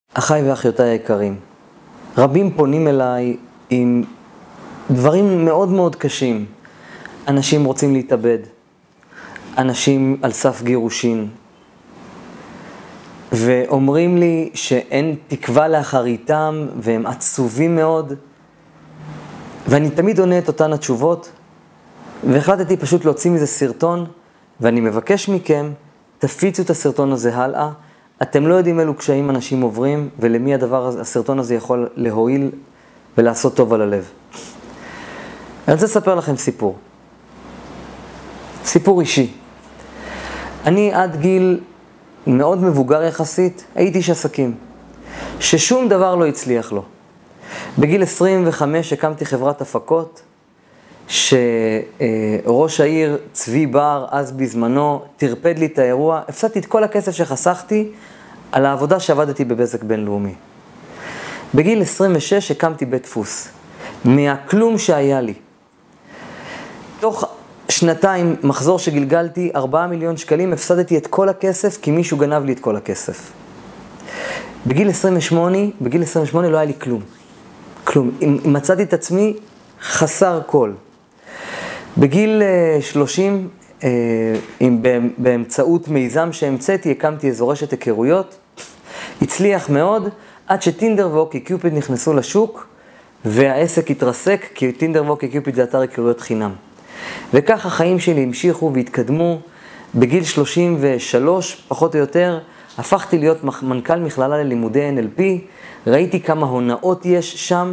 אחיי ואחיותיי היקרים, רבים פונים אליי עם דברים מאוד מאוד קשים. אנשים רוצים להתאבד, אנשים על סף גירושין, ואומרים לי שאין תקווה לאחריתם והם עצובים מאוד, ואני תמיד עונה את אותן התשובות, והחלטתי פשוט להוציא מזה סרטון, ואני מבקש מכם, תפיצו את הסרטון הזה הלאה. אתם לא יודעים אילו קשיים אנשים עוברים, ולמי הסרטון הזה יכול להועיל ולעשות טוב על הלב. אני רוצה לספר לכם סיפור. סיפור אישי. אני עד גיל מאוד מבוגר יחסית, הייתי איש עסקים, ששום דבר לא הצליח לו. בגיל 25 הקמתי חברת הפקות, שראש העיר צבי בר, אז בזמנו, תרפד לי את האירוע, הפסדתי את כל הכסף שחסכתי על העבודה שעבדתי בבזק בינלאומי. בגיל 26 הקמתי בית דפוס, מהכלום שהיה לי. תוך שנתיים מחזור שגלגלתי 4 מיליון שקלים, הפסדתי את כל הכסף כי מישהו גנב לי את כל הכסף. בגיל 28 לא היה לי כלום. כלום. מצאתי את עצמי חסר כל. בגיל 30, באמצעות מיזם שהמצאתי, הקמתי איזו רשת היכרויות, הצליח מאוד, עד שטינדר ואוקי קיופיד נכנסו לשוק, והעסק התרסק, כי טינדר ואוקי קיופיד זה אתר היכרויות חינם. וכך החיים שלי המשיכו והתקדמו. בגיל 33, פחות או יותר, הפכתי להיות מנכ"ל מכללה ללימודי NLP, ראיתי כמה הונאות יש שם,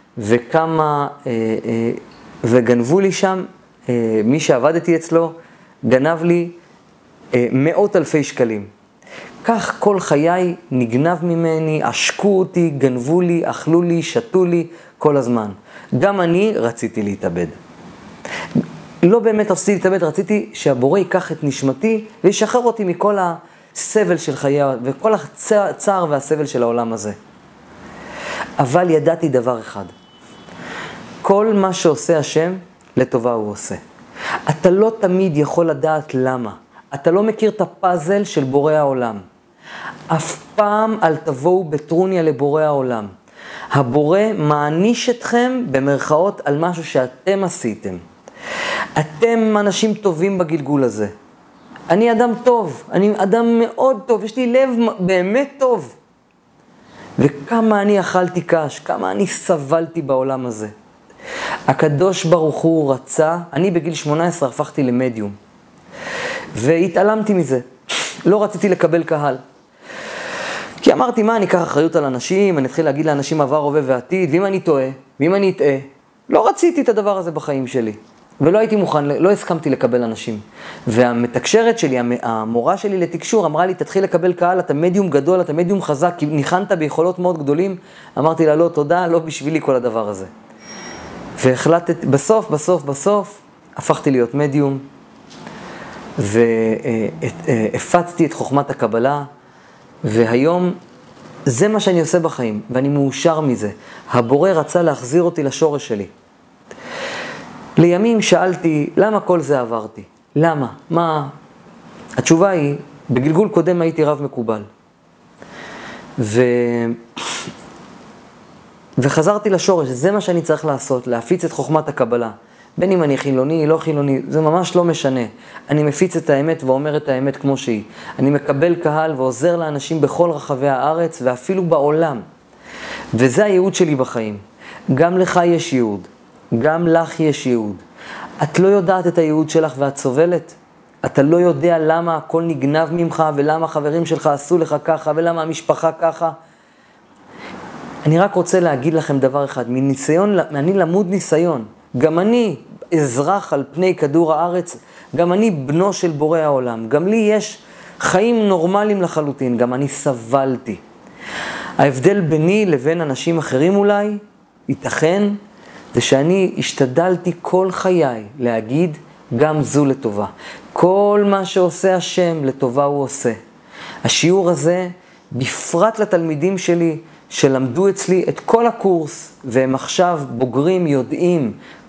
וגנבו לי שם, מי שעבדתי אצלו, גנב לי מאות אלפי שקלים. כך כל חיי נגנב ממני, עשקו אותי, גנבו לי, אכלו לי, שתו לי, כל הזמן. גם אני רציתי להתאבד. לא באמת רציתי להתאבד, רציתי שהבורא ייקח את נשמתי וישחרר אותי מכל הסבל של חיי, וכל הצער והסבל של העולם הזה. אבל ידעתי דבר אחד. כל מה שעושה השם, לטובה הוא עושה. אתה לא תמיד יכול לדעת למה. אתה לא מכיר את הפאזל של בורא העולם. אף פעם אל תבואו בטרוניה לבורא העולם. הבורא מעניש אתכם במרכאות על משהו שאתם עשיתם. אתם אנשים טובים בגלגול הזה. אני אדם טוב, אני אדם מאוד טוב, יש לי לב באמת טוב. וכמה אני אכלתי קש, כמה אני סבלתי בעולם הזה. הקדוש ברוך הוא רצה, אני בגיל 18 הפכתי למדיום. והתעלמתי מזה. לא רציתי לקבל קהל. כי אמרתי, מה, אני אקח אחריות על אנשים, אני אתחיל להגיד לאנשים עבר, הווה ועתיד, ואם אני טועה, ואם אני אטעה. לא רציתי את הדבר הזה בחיים שלי. ולא הייתי מוכן, לא הסכמתי לקבל אנשים. והמתקשרת שלי, המורה שלי לתקשור, אמרה לי, תתחיל לקבל קהל, אתה מדיום גדול, אתה מדיום חזק, כי ניחנת ביכולות מאוד גדולים. אמרתי לה, לא, תודה, לא בשבילי כל הדבר הזה. והחלטתי, בסוף, הפכתי להיות מדיום, והפצתי את חוכמת הקבלה, והיום זה מה שאני עושה בחיים, ואני מאושר מזה. הבורא רצה להחזיר אותי לשורש שלי. לימים שאלתי, למה כל זה עברתי? למה? מה? התשובה היא, בגלגול קודם הייתי רב מקובל. וחזרתי לשורש, זה מה שאני צריך לעשות, להפיץ את חוכמת הקבלה. בין אם אני חילוני, לא חילוני, זה ממש לא משנה. אני מפיץ את האמת ואומר את האמת כמו שהיא. אני מקבל קהל ועוזר לאנשים בכל רחבי הארץ ואפילו בעולם. וזה הייעוד שלי בחיים. גם לך יש ייעוד, גם לך יש ייעוד. את לא יודעת את הייעוד שלך ואת סובלת. אתה לא יודע למה הכל נגנב ממך ולמה חברים שלך עשו לך ככה ולמה המשפחה ככה. אני רק רוצה להגיד לכם דבר אחד, מניסיון, אני למוד ניסיון. גם אני אזרח על פני כדור הארץ, גם אני בנו של בורא העולם. גם לי יש חיים נורמליים לחלוטין, גם אני סבלתי. ההבדל ביני לבין אנשים אחרים אולי, ייתכן, זה שאני השתדלתי כל חיי להגיד גם זו לטובה. כל מה שעושה השם לטובה הוא עושה. השיעור הזה, בפרט לתלמידים שלי, שלמדו אצלי את כל הקורס, והם עכשיו בוגרים יודעים,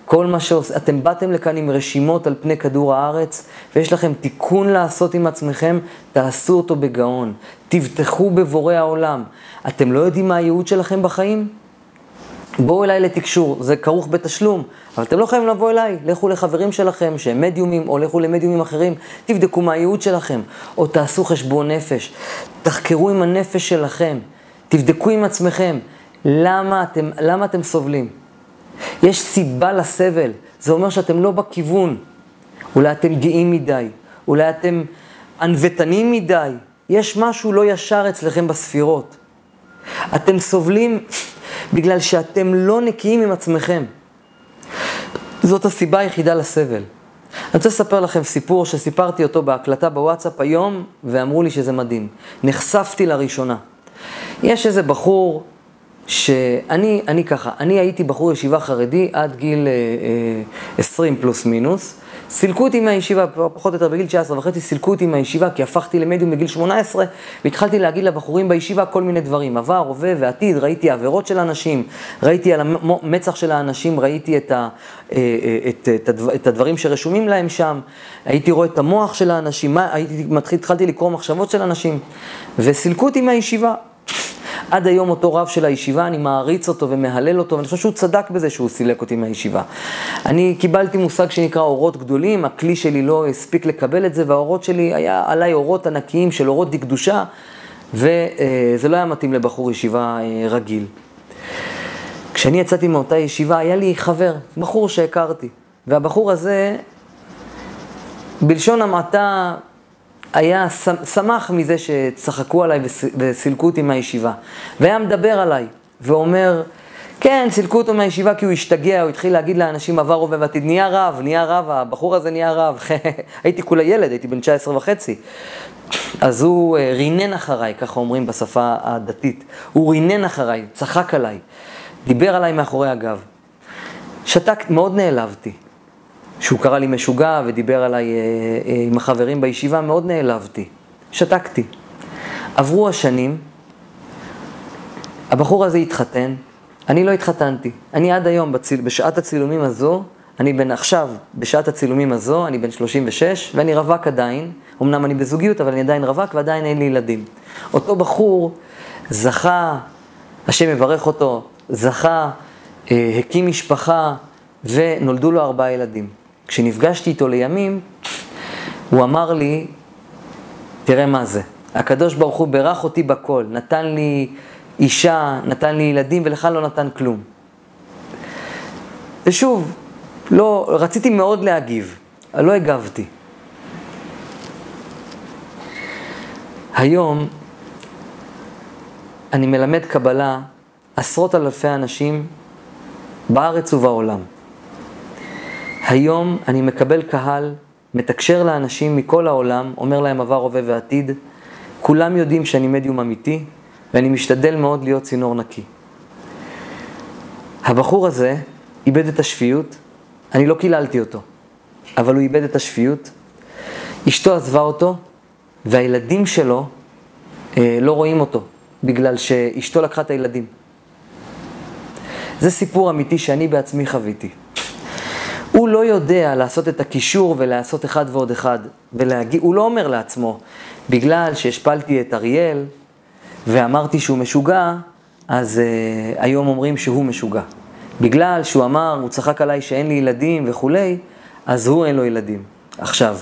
כל מה אתם באתם לכאן עם רשימות על פני כדור הארץ, ויש לכם תיקון לעשות עם עצמכם, תעשו אותו בגאון. תבטחו בבורא העולם. אתם לא יודעים מה הייעוד שלכם בחיים? בואו אליי לתקשור, זה כרוך בתשלום, אבל אתם לא חייבים לבוא אליי, לכו לחברים שלכם שהם מדיומים, או לכו למדיומים אחרים, תבדקו מה הייעוד שלכם, או תעשו חשבון נפש, תחקרו עם הנפש שלכם, תבדקו עם עצמכם, למה אתם סובלים? יש סיבה לסבל, זה אומר שאתם לא בכיוון, אולי אתם גאים מדי, אולי אתם ענוותנים מדי, יש משהו לא ישר אצלכם בספירות. אתם סובלים בגלל שאתם לא נקיים עם עצמכם. זאת הסיבה היחידה לסבל. אני רוצה לספר לכם סיפור שסיפרתי אותו בהקלטה בוואטסאפ היום, ואמרו לי שזה מדהים. נחשפתי לראשונה. יש איזה בחור שאני ככה, אני הייתי בחור ישיבה חרדי עד גיל 20 פלוס מינוס. סילקו אותי מהישיבה, פחות או יותר בגיל 19 וחצי, סילקו אותי מהישיבה כי הפכתי למדיום בגיל 18, והתחלתי להגיד לבחורים בישיבה כל מיני דברים, עבר, הווה ועתיד, ראיתי עבירות של האנשים, ראיתי על המצח של האנשים, ראיתי את הדברים שרשומים להם שם, הייתי רואה את המוח של האנשים, התחלתי לקרוא מחשבות של אנשים, וסילקו אותי מהישיבה. עד היום אותו רב של הישיבה, אני מעריץ אותו ומהלל אותו, ואני חושב שהוא צדק בזה שהוא סילק אותי מהישיבה. אני קיבלתי מושג שנקרא אורות גדולים, הכלי שלי לא הספיק לקבל את זה, והאורות שלי היה עליי אורות ענקיים של אורות דקדושה, וזה לא היה מתאים לבחור ישיבה רגיל. כשאני יצאתי מאותה ישיבה, היה לי חבר, בחור שהכרתי, והבחור הזה, בלשון המעטה, היה שמח מזה שצחקו עליי וסילקו אותי מהישיבה. והיה מדבר עליי, ואומר, כן, סילקו אותו מהישיבה כי הוא השתגע, הוא התחיל להגיד לאנשים עבר הווה ועתיד, נהיה רב, הבחור הזה נהיה רב. הייתי כולה ילד, הייתי בן 19 וחצי. אז הוא רינן אחריי, ככה אומרים בשפה הדתית. הוא רינן אחריי, צחק עליי, דיבר עליי מאחורי הגב. שתק, מאוד נעלבתי. שהוא קרא לי משוגע ודיבר עליי עם החברים בישיבה, מאוד נעלבתי. שתקתי. עברו השנים, הבחור הזה התחתן, אני לא התחתנתי. אני עד היום, בשעת הצילומים הזו, עכשיו, בשעת הצילומים הזו, אני בן 36, ואני רווק עדיין, אמנם אני בזוגיות, אבל אני עדיין רווק, ועדיין אין לי ילדים. אותו בחור זכה, השם יברך אותו, זכה, הקים משפחה, ונולדו לו 4 ילדים. כשנפגשתי איתו לימים, הוא אמר לי, תראה מה זה, הקדוש ברוך הוא ברך אותי בכל, נתן לי אישה, נתן לי ילדים, ולך לא נתן כלום. ושוב, רציתי מאוד להגיב, אבל לא הגבתי. היום, אני מלמד קבלה עשרות אלפי אנשים בארץ ובעולם. היום אני מקבל קהל, מתקשר לאנשים מכל העולם, אומר להם עבר, הווה ועתיד. כולם יודעים שאני מדיום אמיתי, ואני משתדל מאוד להיות צינור נקי. הבחור הזה איבד את השפיות, אני לא קיללתי אותו, אבל הוא איבד את השפיות. אשתו עזבה אותו, והילדים שלו לא רואים אותו, בגלל שאשתו לקחה את הילדים. זה סיפור אמיתי שאני בעצמי חוויתי. הוא לא יודע לעשות את הקישור ולעשות אחד ועוד אחד, הוא לא אומר לעצמו, בגלל שהשפלתי את אריאל ואמרתי שהוא משוגע, אז היום אומרים שהוא משוגע. בגלל שהוא אמר, הוא צחק עליי שאין לי ילדים וכולי, אז הוא אין לו ילדים. עכשיו,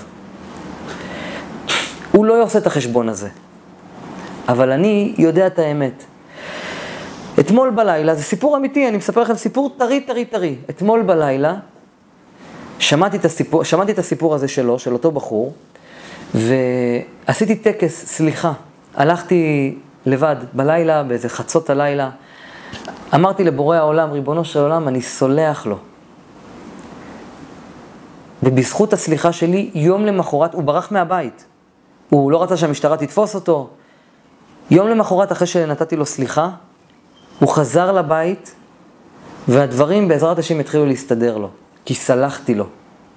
הוא לא עושה את החשבון הזה, אבל אני יודע את האמת. אתמול בלילה, זה סיפור אמיתי, אני מספר לכם סיפור טרי. אתמול בלילה, שמעתי את הסיפור הזה שלו, של אותו בחור, ועשיתי טקס סליחה. הלכתי לבד בלילה, באיזה חצות הלילה. אמרתי לבורא העולם, ריבונו של עולם, אני סולח לו. ובזכות הסליחה שלי, יום למחרת, הוא ברח מהבית. הוא לא רצה שהמשטרה תתפוס אותו. יום למחרת, אחרי שנתתי לו סליחה, הוא חזר לבית, והדברים בעזרת השם התחילו להסתדר לו. כי סלחתי לו.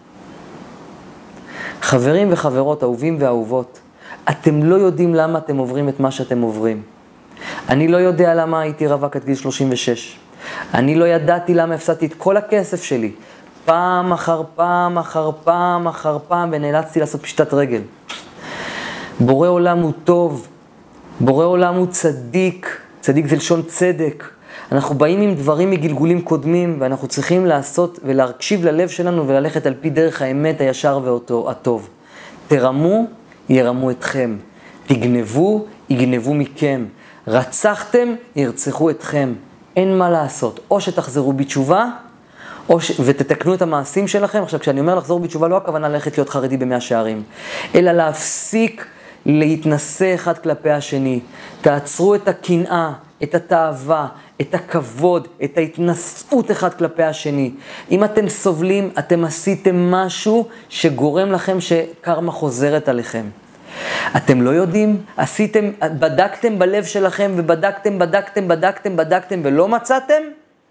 חברים וחברות, אהובים ואהובות, אתם לא יודעים למה אתם עוברים את מה שאתם עוברים. אני לא יודע למה הייתי רווק עד גיל 36. אני לא ידעתי למה הפסדתי את כל הכסף שלי, פעם אחר פעם אחר פעם אחר פעם, ונאלצתי לעשות פשיטת רגל. בורא עולם הוא טוב, בורא עולם הוא צדיק, צדיק זה לשון צדק. אנחנו באים עם דברים מגלגולים קודמים, ואנחנו צריכים לעשות ולהקשיב ללב שלנו וללכת על פי דרך האמת, הישר והטוב. תרמו, ירמו אתכם. תגנבו, יגנבו מכם. רצחתם, ירצחו אתכם. אין מה לעשות. או שתחזרו בתשובה, ותתקנו את המעשים שלכם. עכשיו, כשאני אומר לחזור בתשובה, לא הכוונה ללכת להיות חרדי במאה שערים, אלא להפסיק להתנסה אחד כלפי השני. תעצרו את הקנאה, את התאווה, את הכבוד, את ההתנשאות אחד כלפי השני. אם אתם סובלים, אתם עשיתם משהו שגורם לכם שקרמה חוזרת עליכם. אתם לא יודעים? עשיתם, בדקתם בלב שלכם ובדקתם ולא מצאתם?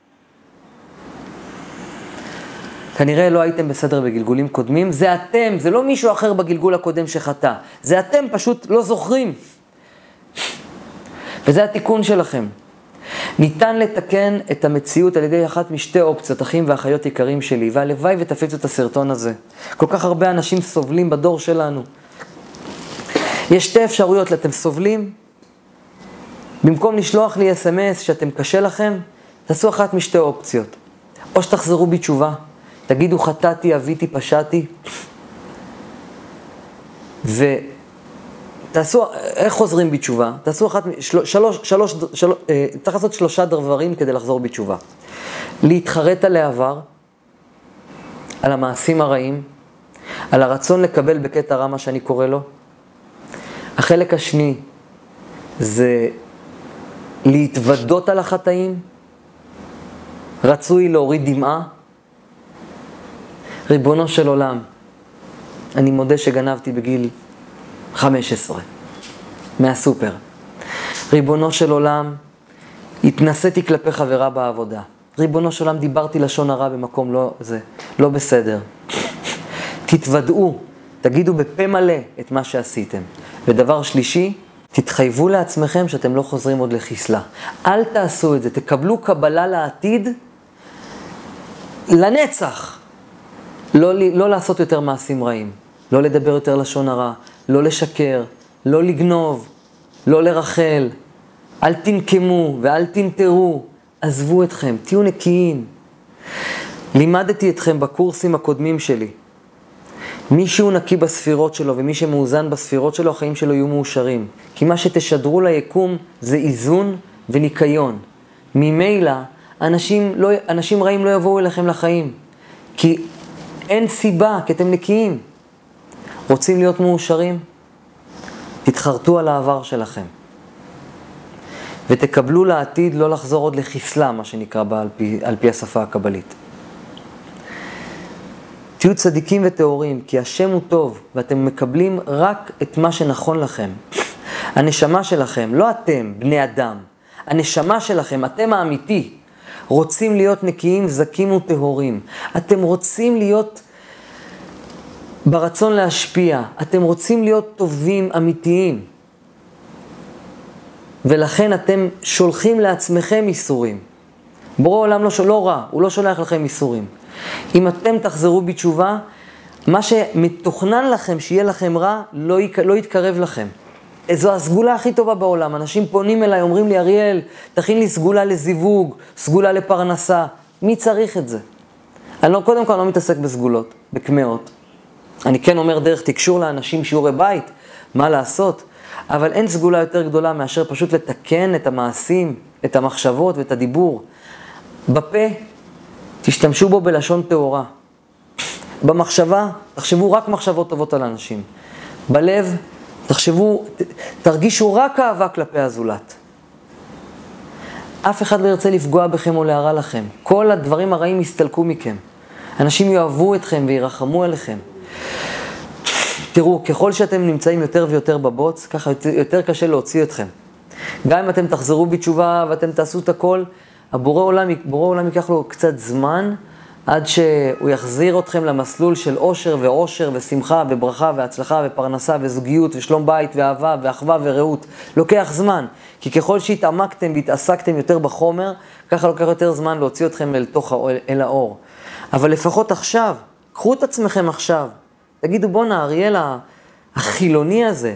כנראה לא הייתם בסדר בגלגולים קודמים. זה אתם, זה לא מישהו אחר בגלגול הקודם שחטא. זה אתם פשוט לא זוכרים. וזה התיקון שלכם. ניתן לתקן את המציאות על ידי אחת משתי אופציות, אחים ואחיות יקרים שלי, והלוואי ותפיצו את הסרטון הזה. כל כך הרבה אנשים סובלים בדור שלנו. יש שתי אפשרויות, אתם סובלים, במקום לשלוח לי SMS שאתם קשה לכם, תעשו אחת משתי אופציות. או שתחזרו בתשובה, תגידו חטאתי, אביתי, פשעתי, תעשו, איך חוזרים בתשובה? תעשו צריך לעשות 3 דברים כדי לחזור בתשובה. להתחרט על העבר, על המעשים הרעים, על הרצון לקבל בקטע רע מה שאני קורא לו. החלק השני זה להתוודות על החטאים, רצוי להוריד דמעה. ריבונו של עולם, אני מודה שגנבתי בגיל 15, מהסופר. ריבונו של עולם, התנסיתי כלפי חברה בעבודה. ריבונו של עולם, דיברתי לשון הרע במקום לא בסדר. תתוודעו, תגידו בפה מלא את מה שעשיתם. ודבר שלישי, תתחייבו לעצמכם שאתם לא חוזרים עוד לחיסלה. אל תעשו את זה, תקבלו קבלה לעתיד, לנצח. לא לעשות יותר מעשים רעים, לא לדבר יותר לשון הרע, לא לשקר, לא לגנוב, לא לרחל. אל תנקמו ואל תנטרו, עזבו אתכם, תהיו נקיים. לימדתי אתכם בקורסים הקודמים שלי. מי שהוא נקי בספירות שלו ומי שמאוזן בספירות שלו, החיים שלו יהיו מאושרים. כי מה שתשדרו ליקום זה איזון וניקיון. ממילא, אנשים רעים לא יבואו אליכם לחיים. כי אין סיבה, כי אתם נקיים. רוצים להיות מאושרים? תתחרטו על העבר שלכם. ותקבלו לעתיד לא לחזור עוד לחיסלה, מה שנקרא על פי השפה הקבלית. תהיו צדיקים וטהורים, כי השם הוא טוב, ואתם מקבלים רק את מה שנכון לכם. הנשמה שלכם, לא אתם, בני אדם, הנשמה שלכם, אתם האמיתי, רוצים להיות נקיים, זקים וטהורים. אתם רוצים להיות ברצון להשפיע, אתם רוצים להיות טובים, אמיתיים. ולכן אתם שולחים לעצמכם איסורים. בורא עולם לא רע, הוא לא שולח לכם איסורים. אם אתם תחזרו בתשובה, מה שמתוכנן לכם שיהיה לכם רע, לא יתקרב לכם. זו הסגולה הכי טובה בעולם. אנשים פונים אליי, אומרים לי, אריאל, תכין לי סגולה לזיווג, סגולה לפרנסה. מי צריך את זה? קודם כל, אני לא מתעסק בסגולות, בכמאות. אני כן אומר דרך תקשור לאנשים שיעורי בית, מה לעשות? אבל אין סגולה יותר גדולה מאשר פשוט לתקן את המעשים, את המחשבות ואת הדיבור. בפה, תשתמשו בו בלשון טהורה. במחשבה, תחשבו רק מחשבות טובות על אנשים. בלב, תרגישו רק אהבה כלפי הזולת. אף אחד לא ירצה לפגוע בכם או להרע לכם. כל הדברים הרעים יסתלקו מכם. אנשים יאהבו אתכם וירחמו עליכם. תראו, ככל שאתם נמצאים יותר ויותר בבוץ, ככה יותר קשה להוציא אתכם. גם אם אתם תחזרו בתשובה ואתם תעשו את הכל, הבורא עולם ייקח לו קצת זמן, עד שהוא יחזיר אתכם למסלול של אושר ואושר ושמחה וברכה והצלחה ופרנסה וזוגיות ושלום בית ואהבה ואחווה ורעות. לוקח זמן, כי ככל שהתעמקתם והתעסקתם יותר בחומר, ככה לוקח יותר זמן להוציא אתכם אל האור. אבל לפחות עכשיו, קחו את עצמכם עכשיו. תגידו, בוא'נה, אריאל החילוני הזה,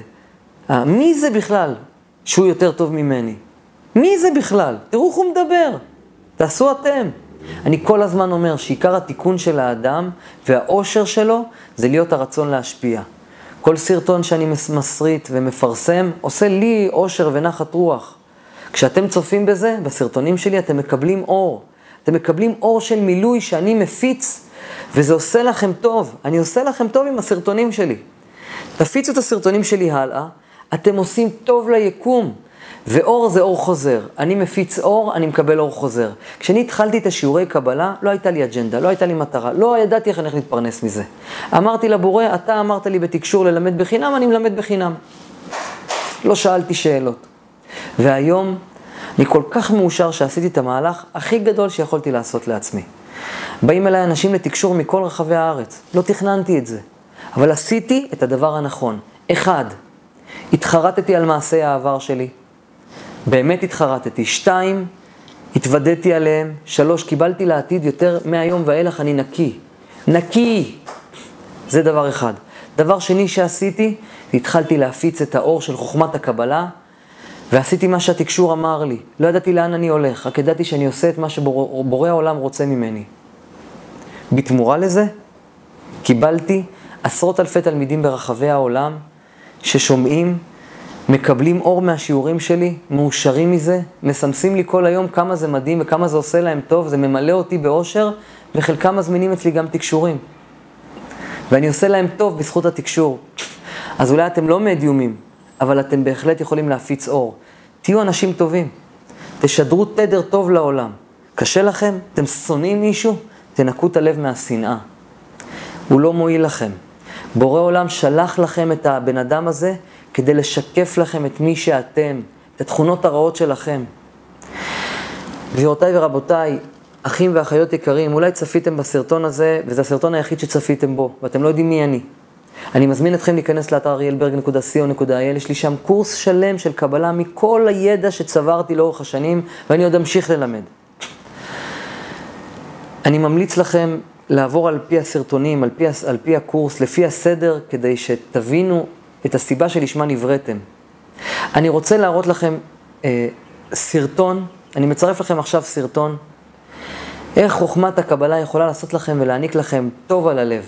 מי זה בכלל שהוא יותר טוב ממני? מי זה בכלל? תראו איך הוא מדבר. תעשו אתם. אני כל הזמן אומר שעיקר התיקון של האדם והאושר שלו זה להיות הרצון להשפיע. כל סרטון שאני מסריט ומפרסם עושה לי אושר ונחת רוח. כשאתם צופים בזה, בסרטונים שלי, אתם מקבלים אור. אתם מקבלים אור של מילוי שאני מפיץ, וזה עושה לכם טוב. אני עושה לכם טוב עם הסרטונים שלי. תפיצו את הסרטונים שלי הלאה, אתם עושים טוב ליקום. ואור זה אור חוזר. אני מפיץ אור, אני מקבל אור חוזר. כשאני התחלתי את השיעורי קבלה, לא הייתה לי אג'נדה, לא הייתה לי מטרה, לא ידעתי איך אני להתפרנס מזה. אמרתי לבורא, אתה אמרת לי בתקשור ללמד בחינם, אני מלמד בחינם. לא שאלתי שאלות. והיום אני כל כך מאושר שעשיתי את המהלך הכי גדול שיכולתי לעשות לעצמי. באים אליי אנשים לתקשור מכל רחבי הארץ. לא תכננתי את זה. אבל עשיתי את הדבר הנכון. 1. התחרטתי על מעשי העבר שלי. באמת התחרטתי. 2. התוודעתי עליהם. 3. קיבלתי לעתיד יותר מהיום ואילך אני נקי. נקי! זה דבר אחד. דבר שני שעשיתי, התחלתי להפיץ את האור של חוכמת הקבלה, ועשיתי מה שהתקשור אמר לי. לא ידעתי לאן אני הולך, רק ידעתי שאני עושה את מה שבורא העולם רוצה ממני. בתמורה לזה, קיבלתי עשרות אלפי תלמידים ברחבי העולם, ששומעים, מקבלים אור מהשיעורים שלי, מאושרים מזה, מסמסים לי כל היום כמה זה מדהים וכמה זה עושה להם טוב, זה ממלא אותי באושר, וחלקם מזמינים אצלי גם תקשורים. ואני עושה להם טוב בזכות התקשור. אז אולי אתם לא מדיומים, אבל אתם בהחלט יכולים להפיץ אור. תהיו אנשים טובים. תשדרו תדר טוב לעולם. קשה לכם? אתם שונאים מישהו? תנקו את הלב מהשנאה. הוא לא מועיל לכם. בורא עולם שלח לכם את הבן אדם הזה כדי לשקף לכם את מי שאתם, את התכונות הרעות שלכם. גבירותיי ורבותיי, אחים ואחיות יקרים, אולי צפיתם בסרטון הזה, וזה הסרטון היחיד שצפיתם בו, ואתם לא יודעים מי אני. אני מזמין אתכם להיכנס לאתר arielberg.co.il, יש לי שם קורס שלם של קבלה מכל הידע שצברתי לאורך השנים, ואני עוד אמשיך ללמד. אני ממליץ לכם לעבור על פי הסרטונים, על פי הקורס, לפי הסדר, כדי שתבינו את הסיבה שלשמה נבראתם. אני רוצה להראות לכם סרטון, אני מצרף לכם עכשיו סרטון, איך חוכמת הקבלה יכולה לעשות לכם ולהעניק לכם טוב על הלב.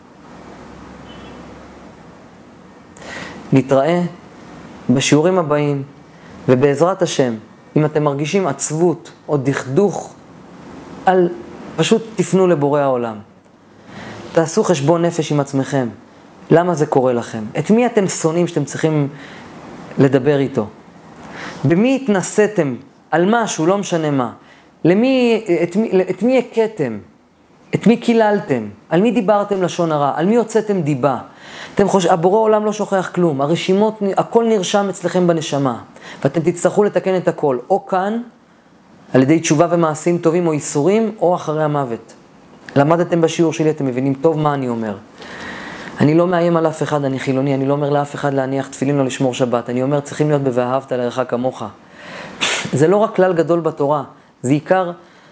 נתראה בשיעורים הבאים, ובעזרת השם, אם אתם מרגישים עצבות או דכדוך, פשוט תפנו לבורא העולם. תעשו חשבון נפש עם עצמכם. למה זה קורה לכם? את מי אתם שונאים שאתם צריכים לדבר איתו? במי התנסיתם? על משהו, לא משנה מה. את מי הכיתם? את מי קיללתם? על מי דיברתם לשון הרע? על מי הוצאתם דיבה? הבורא העולם לא שוכח כלום. הרשימות, הכל נרשם אצלכם בנשמה. ואתם תצטרכו לתקן את הכל. או כאן, על ידי תשובה ומעשים טובים או איסורים, או אחרי המוות. למדתם בשיעור שלי, אתם מבינים טוב מה אני אומר. אני לא מאיים על אף אחד, אני חילוני, אני לא אומר לאף אחד להניח תפילין או לשמור שבת. אני אומר, צריכים להיות ב"ואהבת לרעך כמוך". זה לא רק כלל גדול בתורה, זה עיקר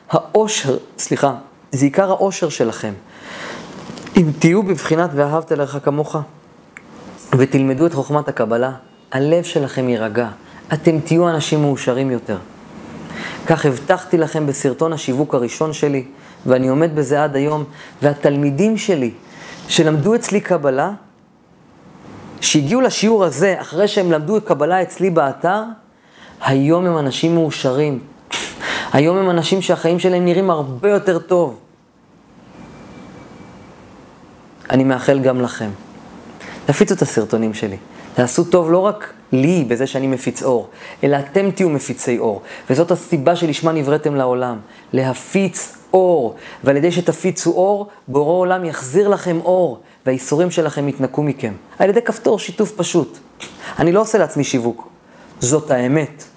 האושר שלכם. אם תהיו בבחינת "ואהבת לרעך כמוך", ותלמדו את חוכמת הקבלה, הלב שלכם יירגע. אתם תהיו אנשים מאושרים יותר. כך הבטחתי לכם בסרטון השיווק הראשון שלי, ואני עומד בזה עד היום, והתלמידים שלי שלמדו אצלי קבלה, שהגיעו לשיעור הזה אחרי שהם למדו את קבלה אצלי באתר, היום הם אנשים מאושרים. היום הם אנשים שהחיים שלהם נראים הרבה יותר טוב. אני מאחל גם לכם. תפיצו את הסרטונים שלי. תעשו טוב לא רק לי בזה שאני מפיץ אור, אלא אתם תהיו מפיצי אור. וזאת הסיבה שלשמה נבראתם לעולם. להפיץ אור. ועל ידי שתפיצו אור, בורא עולם יחזיר לכם אור, והאיסורים שלכם יתנקו מכם. על ידי כפתור שיתוף פשוט. אני לא עושה לעצמי שיווק. זאת האמת.